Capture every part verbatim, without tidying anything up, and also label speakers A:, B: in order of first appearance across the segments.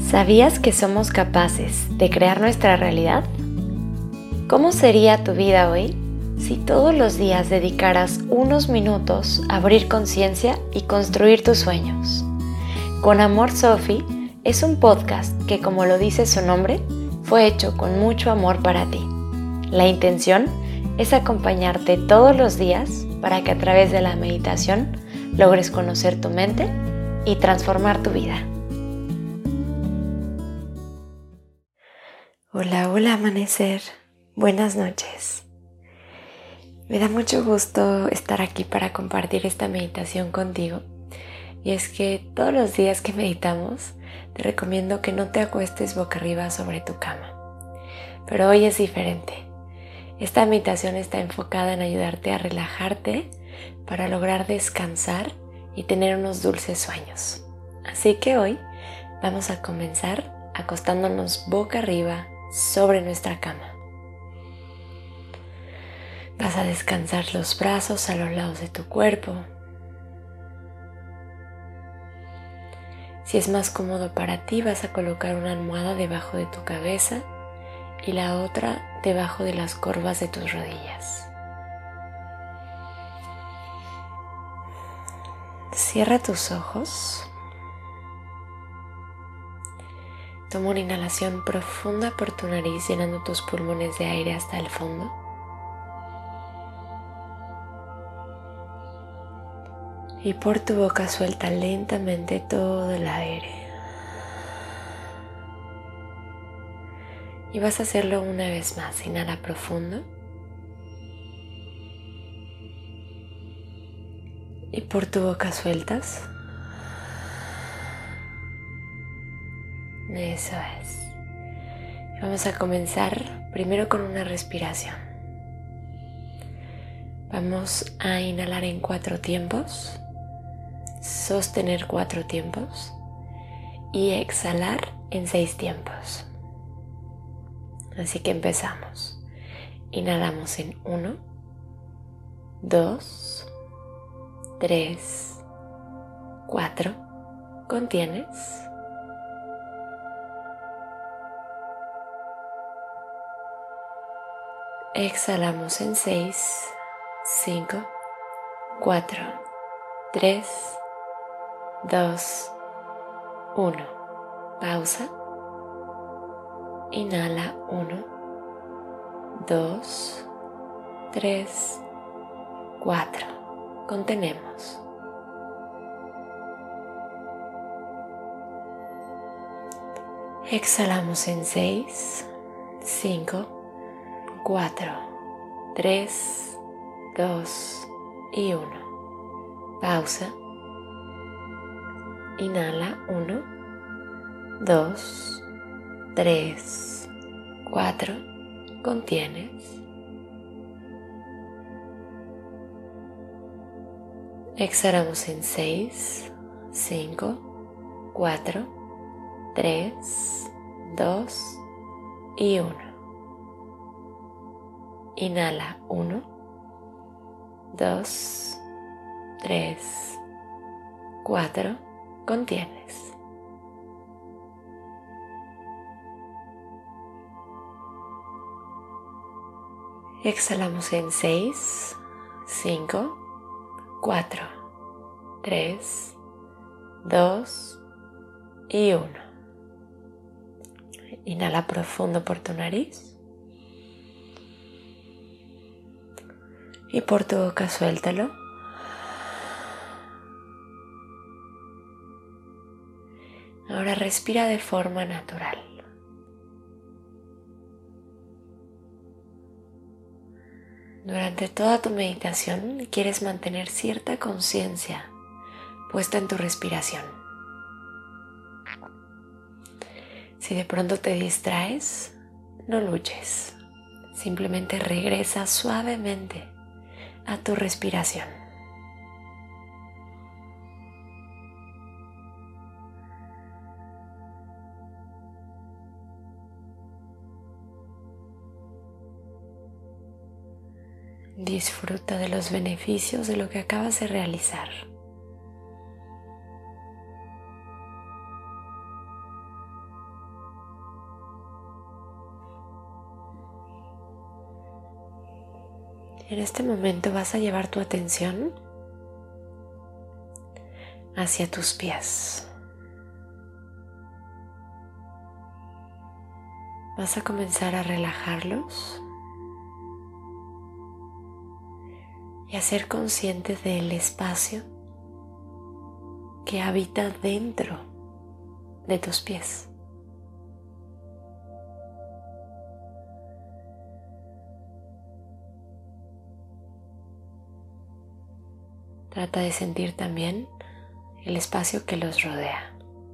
A: ¿Sabías que somos capaces de crear nuestra realidad? ¿Cómo sería tu vida hoy si todos los días dedicaras unos minutos a abrir conciencia y construir tus sueños? Con Amor Sofi es un podcast que, como lo dice su nombre, fue hecho con mucho amor para ti. La intención es acompañarte todos los días para que a través de la meditación logres conocer tu mente y transformar tu vida. Hola, hola amanecer, buenas noches. Me da mucho gusto estar aquí para compartir esta meditación contigo. Y es que todos los días que meditamos te recomiendo que no te acuestes boca arriba sobre tu cama. Pero hoy es diferente. Esta meditación está enfocada en ayudarte a relajarte para lograr descansar y tener unos dulces sueños. Así que hoy vamos a comenzar acostándonos boca arriba sobre nuestra cama. Vas a descansar los brazos a los lados de tu cuerpo. Si es más cómodo para ti, vas a colocar una almohada debajo de tu cabeza y la otra debajo de las corvas de tus rodillas. Cierra tus ojos. Toma una inhalación profunda por tu nariz, llenando tus pulmones de aire hasta el fondo. Y por tu boca suelta lentamente todo el aire. Y vas a hacerlo una vez más. Inhala profundo. Y por tu boca sueltas. Eso es. Vamos a comenzar primero con una respiración. Vamos a inhalar en cuatro tiempos, sostener cuatro tiempos y exhalar en seis tiempos. Así que empezamos. Inhalamos en uno, dos, tres, cuatro. Contienes. Exhalamos en seis, cinco, cuatro, tres, dos, uno. Pausa. Inhala uno, dos, tres, cuatro. Contenemos. Exhalamos en seis, cinco, cuatro, tres, dos y uno. Pausa. Inhala uno, dos, tres, cuatro. Contienes. Exhalamos en seis, cinco, cuatro, tres, dos y uno. Inhala uno, dos, tres, cuatro. Contienes. Exhalamos en seis, cinco, cuatro, tres, dos y uno. Inhala profundo por tu nariz. Y por tu boca suéltalo. Ahora respira de forma natural. Durante toda tu meditación quieres mantener cierta conciencia puesta en tu respiración. Si de pronto te distraes, no luches. Simplemente regresa suavemente a tu respiración. Disfruta de los beneficios de lo que acabas de realizar. En este momento vas a llevar tu atención hacia tus pies. Vas a comenzar a relajarlos y a ser consciente del espacio que habita dentro de tus pies. Trata de sentir también el espacio que los rodea.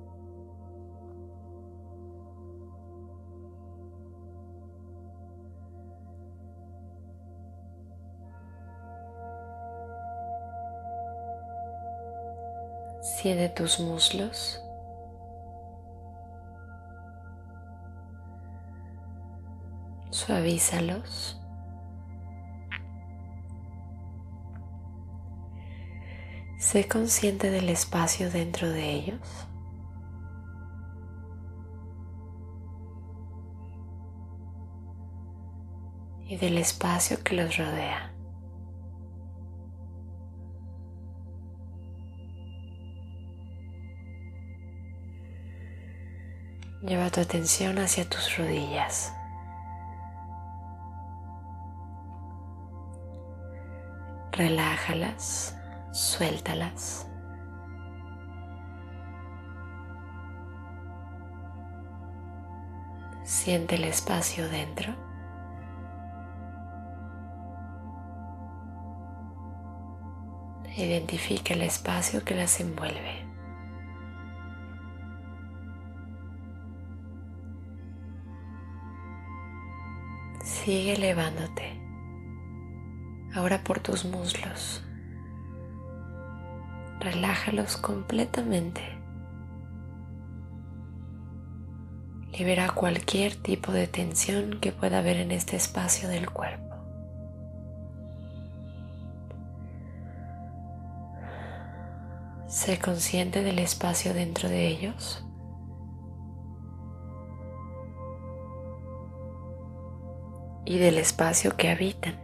A: Siente tus muslos. Suavízalos. Sé consciente del espacio dentro de ellos. Y del espacio que los rodea. Lleva tu atención hacia tus rodillas. Relájalas, suéltalas. Siente el espacio dentro. Identifica el espacio que las envuelve. Sigue elevándote, ahora por tus muslos. Relájalos completamente. Libera cualquier tipo de tensión que pueda haber en este espacio del cuerpo. Sé consciente del espacio dentro de ellos. Y del espacio que habitan.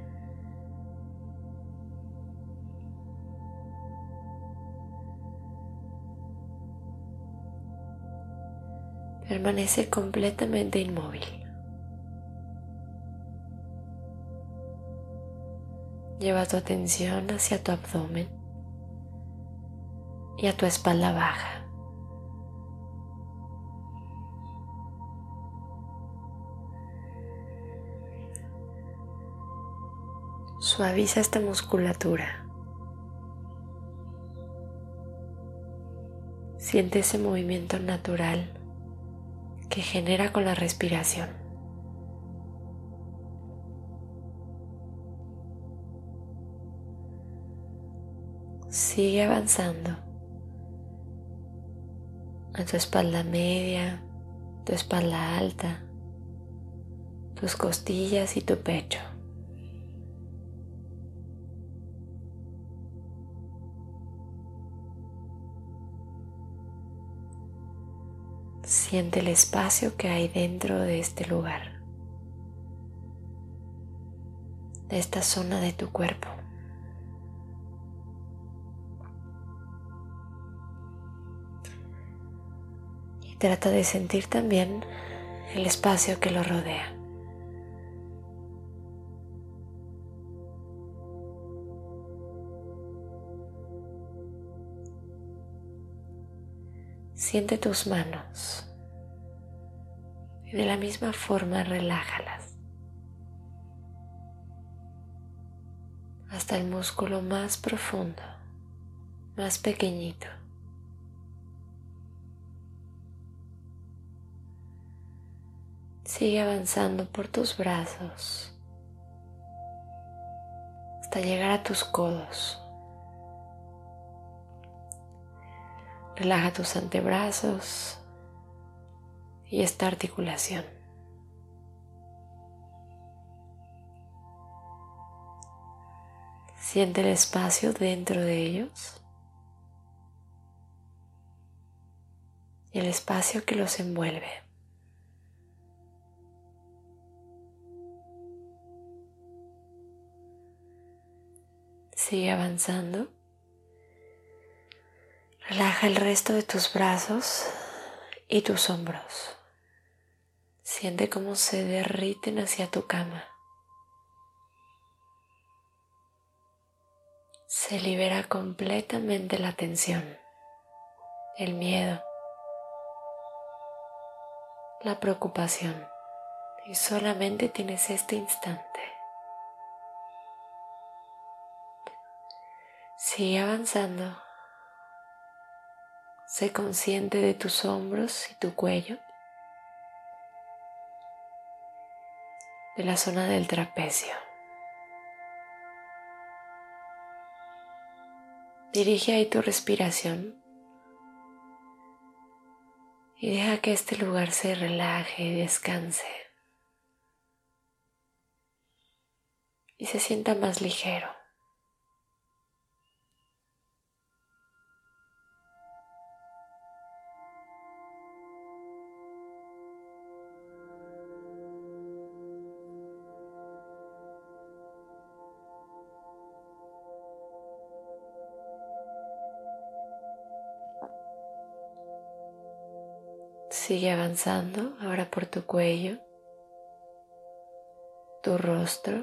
A: Permanece completamente inmóvil. Lleva tu atención hacia tu abdomen y a tu espalda baja. Suaviza esta musculatura. Siente ese movimiento natural que genera con la respiración. Sigue avanzando a tu espalda media, tu espalda alta, tus costillas y tu pecho. Siente el espacio que hay dentro de este lugar, de esta zona de tu cuerpo. Y trata de sentir también el espacio que lo rodea. Siente tus manos y de la misma forma relájalas hasta el músculo más profundo, más pequeñito. Sigue avanzando por tus brazos hasta llegar a tus codos. Relaja tus antebrazos y esta articulación. Siente el espacio dentro de ellos y el espacio que los envuelve. Sigue avanzando. Relaja el resto de tus brazos y tus hombros. Siente cómo se derriten hacia tu cama. Se libera completamente la tensión, el miedo, la preocupación y solamente tienes este instante. Sigue avanzando. Sé consciente de tus hombros y tu cuello, de la zona del trapecio. Dirige ahí tu respiración y deja que este lugar se relaje y descanse y se sienta más ligero. Sigue avanzando ahora por tu cuello, tu rostro,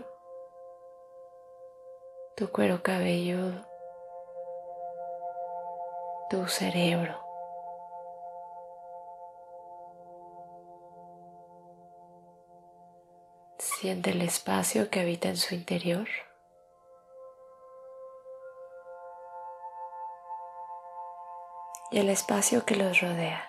A: tu cuero cabelludo, tu cerebro. Siente el espacio que habita en su interior. Y el espacio que los rodea.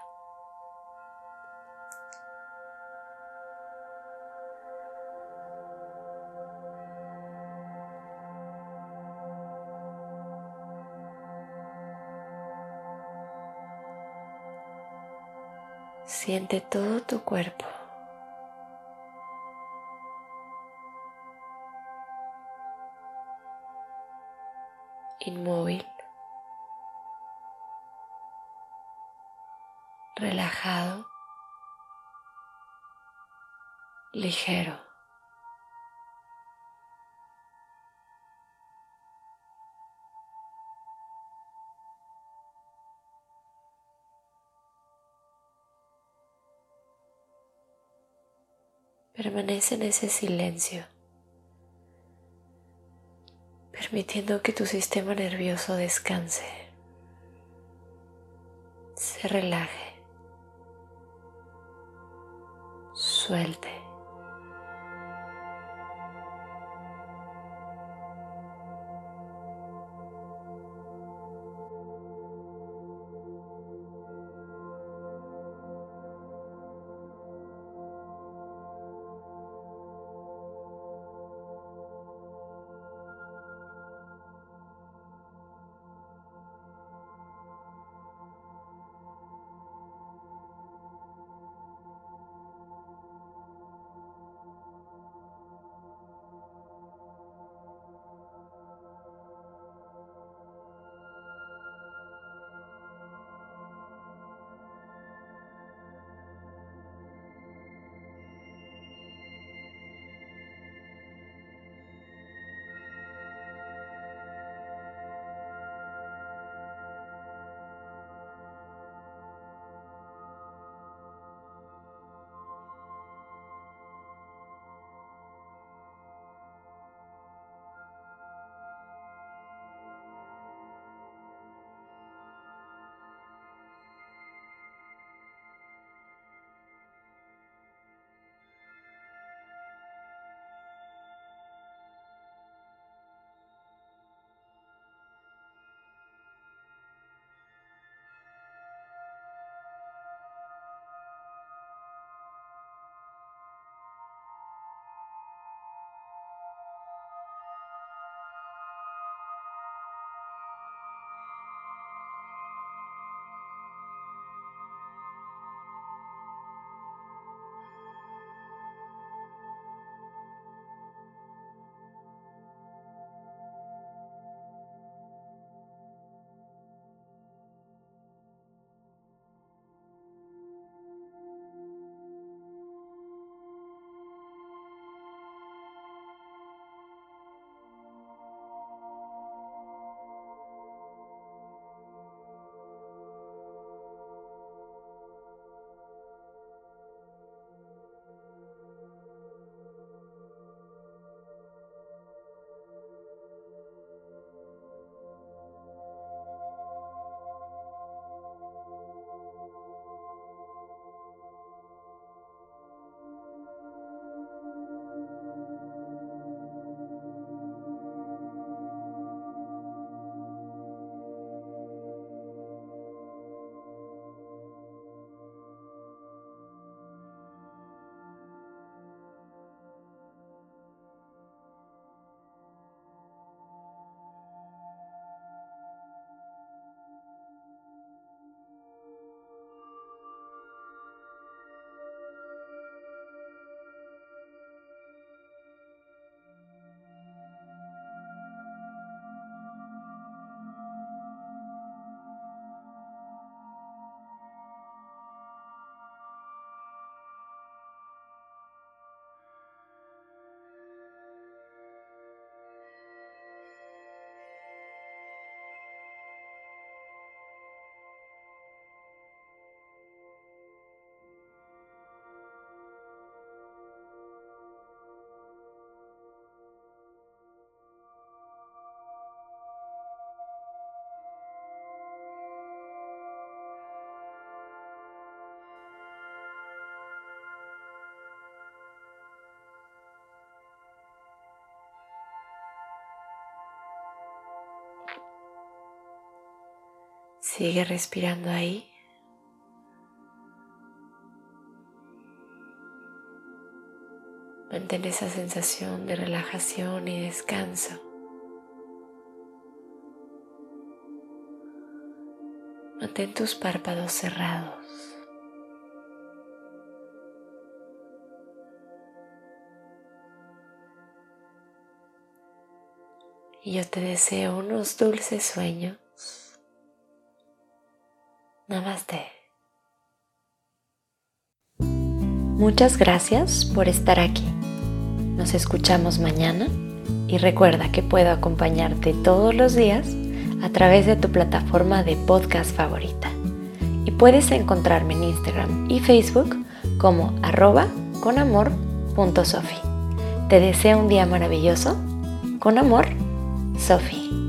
A: Siente todo tu cuerpo. Inmóvil, relajado, ligero. Permanece en ese silencio, permitiendo que tu sistema nervioso descanse, se relaje, suelte. Sigue respirando ahí. Mantén esa sensación de relajación y descanso. Mantén tus párpados cerrados. Y yo te deseo unos dulces sueños. Namaste. Muchas gracias por estar aquí. Nos escuchamos mañana y recuerda que puedo acompañarte todos los días a través de tu plataforma de podcast favorita. Y puedes encontrarme en Instagram y Facebook como arroba conamor.sofi. Te deseo un día maravilloso. Con amor, Sofi.